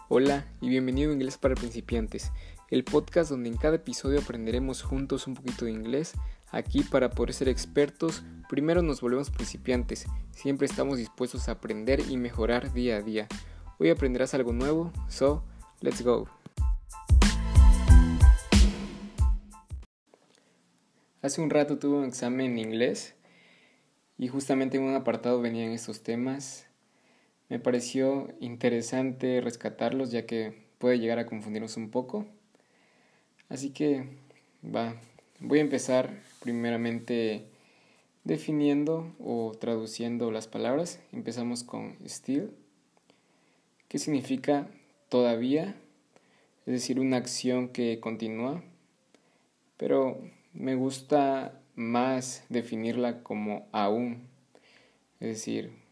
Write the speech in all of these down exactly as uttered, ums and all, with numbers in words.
Hola y bienvenido a Inglés para Principiantes, el podcast donde en cada episodio aprenderemos juntos un poquito de inglés. Aquí, para poder ser expertos, primero nos volvemos principiantes. Siempre estamos dispuestos a aprender y mejorar día a día. Hoy aprenderás algo nuevo, so let's go. Hace un rato tuve un examen en inglés y justamente en un apartado venían estos temas. Me pareció interesante rescatarlos, ya que puede llegar a confundirnos un poco. Así que va, voy a empezar primeramente definiendo o traduciendo las palabras. Empezamos con still, que significa todavía, es decir, una acción que continúa, pero me gusta más definirla como aún, es decir,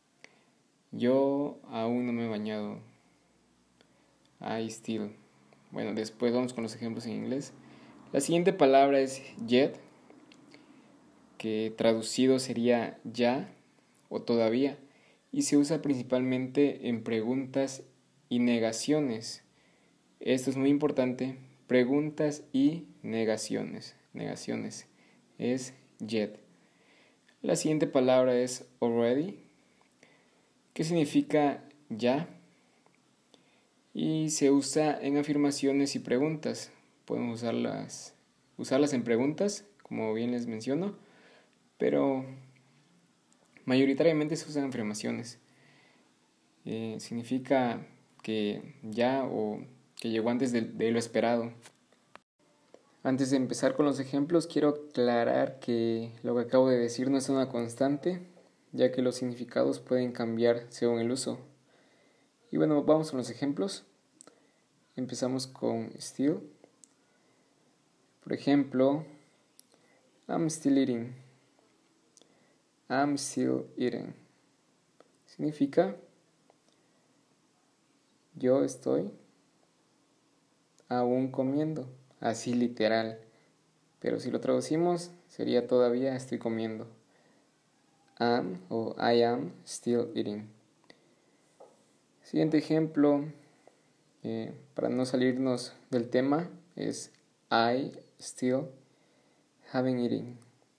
yo aún no me he bañado. I still. Bueno, después vamos con los ejemplos en inglés. La siguiente palabra es yet, que traducido sería ya o todavía, y se usa principalmente en preguntas y negaciones. Esto es muy importante. Preguntas y negaciones. Negaciones. Es yet. La siguiente palabra es already, que significa ya, y se usa en afirmaciones y preguntas. Podemos usarlas, usarlas en preguntas, como bien les menciono, pero mayoritariamente se usan en afirmaciones. Eh, significa que ya o que llegó antes de, de lo esperado. Antes de empezar con los ejemplos, quiero aclarar que lo que acabo de decir no es una constante, ya que los significados pueden cambiar según el uso. Y bueno, vamos con los ejemplos. Empezamos con still. Por ejemplo, I'm still eating. I'm still eating. Significa yo estoy aún comiendo. Así literal. Pero si lo traducimos, sería todavía estoy comiendo. Am o I am still eating. Siguiente ejemplo, eh, para no salirnos del tema, es I still haven't eaten.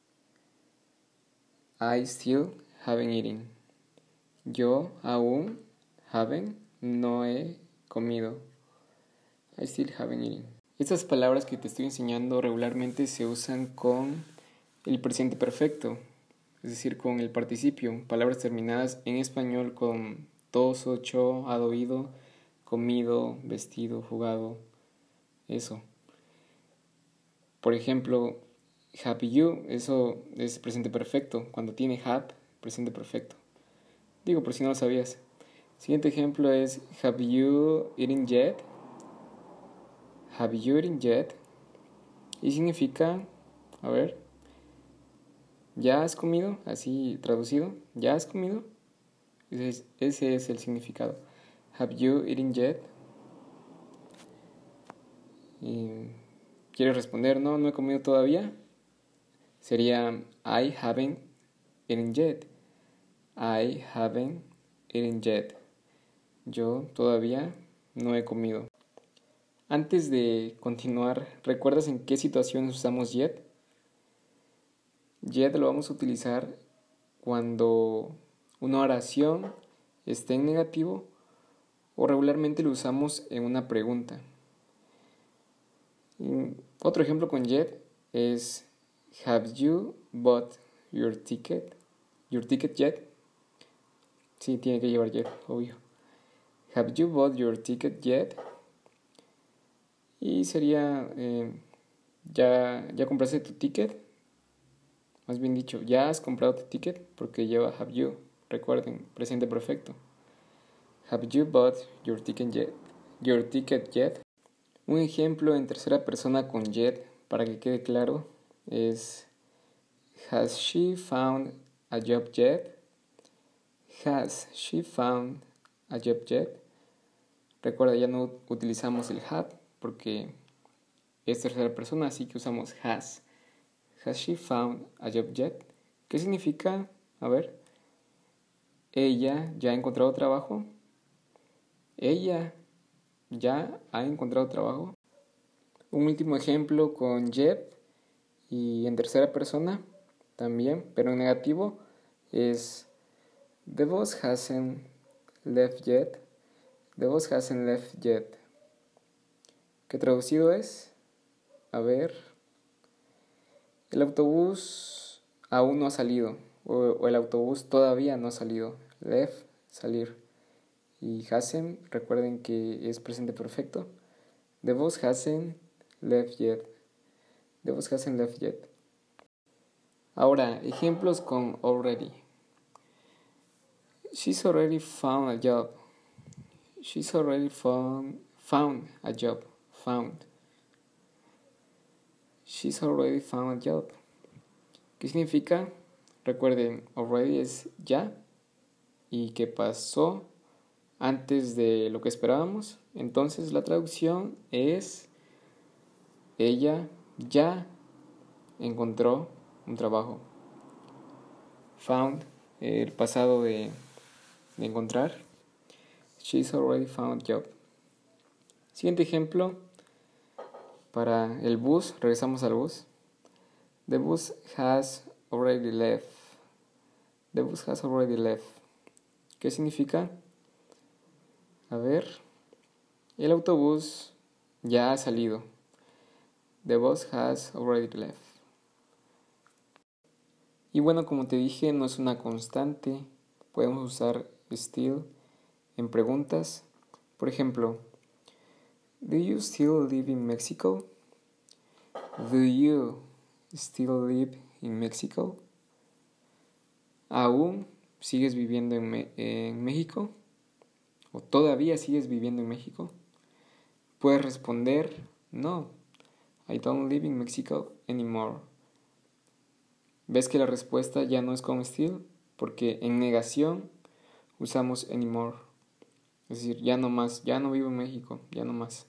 I still haven't eaten. Yo aún haven't, no he comido. I still haven't eaten. Estas palabras que te estoy enseñando regularmente se usan con el presente perfecto, es decir, con el participio. Palabras terminadas en español con tos, ocho, had oído, comido, vestido, jugado, eso. Por ejemplo, have you, eso es presente perfecto. Cuando tiene have, presente perfecto. Digo, por si no lo sabías. Siguiente ejemplo es have you eaten yet? Have you eaten yet? Y significa, a ver, ¿ya has comido? Así traducido, ¿ya has comido? Ese es, ese es el significado. Have you eaten yet? Y ¿quieres responder? No, no he comido todavía. Sería I haven't eaten yet. I haven't eaten yet. Yo todavía no he comido. Antes de continuar, ¿recuerdas en qué situaciones usamos yet? Yet lo vamos a utilizar cuando una oración esté en negativo, o regularmente lo usamos en una pregunta. Y otro ejemplo con yet es have you bought your ticket? Your ticket yet? Sí, tiene que llevar yet, obvio. Have you bought your ticket yet? Y sería eh, ¿ya, ¿ya compraste tu ticket? Más bien dicho, ¿ya has comprado tu ticket? Porque lleva have you. Recuerden, presente perfecto. Have you bought your ticket yet? Your ticket yet? Un ejemplo en tercera persona con yet, para que quede claro, es has she found a job yet? Has she found a job yet? Recuerda, ya no utilizamos el have porque es tercera persona, así que usamos has. Has she found a job yet? ¿Qué significa? A ver. ¿Ella ya ha encontrado trabajo? Ella ya ha encontrado trabajo. Un último ejemplo con yet y en tercera persona también, pero en negativo es the boss hasn't left yet. The boss hasn't left yet. Que traducido es, a ver, el autobús aún no ha salido, o, o el autobús todavía no ha salido. Left, salir. Y hasn't, recuerden que es presente perfecto. The boss hasn't left yet. The boss hasn't left yet. Ahora, ejemplos con already. She's already found a job. She's already found, found a job. Found. She's already found a job. ¿Qué significa? Recuerden, already es ya y que pasó antes de lo que esperábamos. Entonces la traducción es ella ya encontró un trabajo. Found, el pasado de, de encontrar. She's already found a job. Siguiente ejemplo. Para el bus, regresamos al bus. The bus has already left. The bus has already left. ¿Qué significa? A ver. El autobús ya ha salido. The bus has already left. Y bueno, como te dije, no es una constante. Podemos usar still en preguntas. Por ejemplo, do you still live in Mexico? Do you still live in Mexico? ¿Aún sigues viviendo en, Me- en México? ¿O todavía sigues viviendo en México? Puedes responder, no, I don't live in Mexico anymore. ¿Ves que la respuesta ya no es con still? Porque en negación usamos anymore. Es decir, ya no más, ya no vivo en México, ya no más.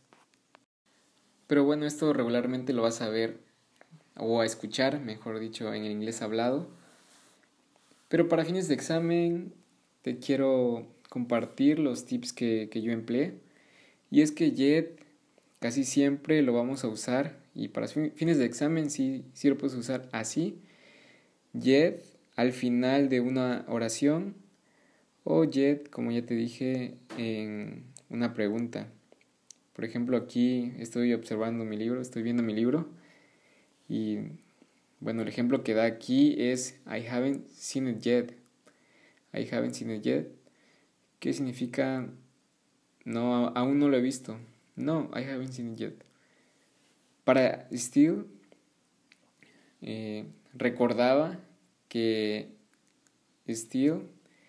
Pero bueno, esto regularmente lo vas a ver o a escuchar, mejor dicho, en el inglés hablado. Pero para fines de examen te quiero compartir los tips que, que yo empleé. Y es que yet casi siempre lo vamos a usar, y para fines de examen sí, sí lo puedes usar así. Yet al final de una oración, o yet, como ya te dije, en una pregunta. Por ejemplo, aquí estoy observando mi libro, estoy viendo mi libro, y bueno, el ejemplo que da aquí es I haven't seen it yet. I haven't seen it yet. ¿Qué significa? No, aún no lo he visto. No, I haven't seen it yet. Para still, eh, recordaba que still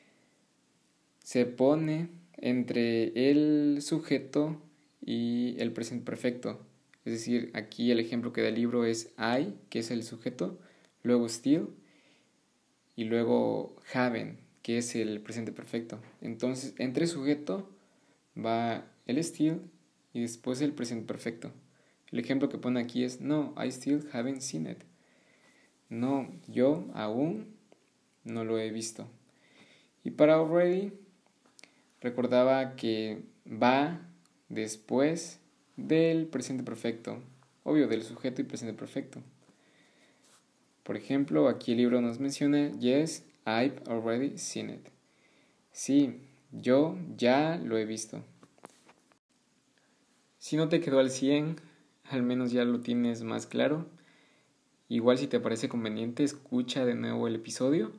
se pone entre el sujeto y el presente perfecto. Es decir, aquí el ejemplo que da el libro es I, que es el sujeto, luego still y luego haven't, que es el presente perfecto. Entonces, entre sujeto va el still y después el presente perfecto. El ejemplo que pone aquí es no, I still haven't seen it. No, yo aún no lo he visto. Y para already, recordaba que va después del presente perfecto. Obvio, del sujeto y presente perfecto. Por ejemplo, aquí el libro nos menciona yes, I've already seen it. Sí, yo ya lo he visto. Si no te quedó al cien, al menos ya lo tienes más claro. Igual si te parece conveniente, escucha de nuevo el episodio.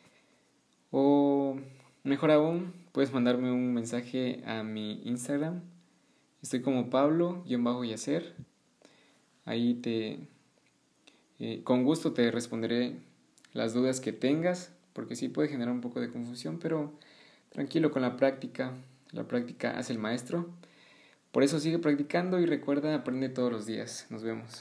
O mejor aún, puedes mandarme un mensaje a mi Instagram. Estoy como Pablo-Yacer. Ahí te, eh, con gusto te responderé las dudas que tengas, porque sí puede generar un poco de confusión, pero tranquilo, con la práctica. La práctica hace el maestro. Por eso sigue practicando y recuerda, aprende todos los días. Nos vemos.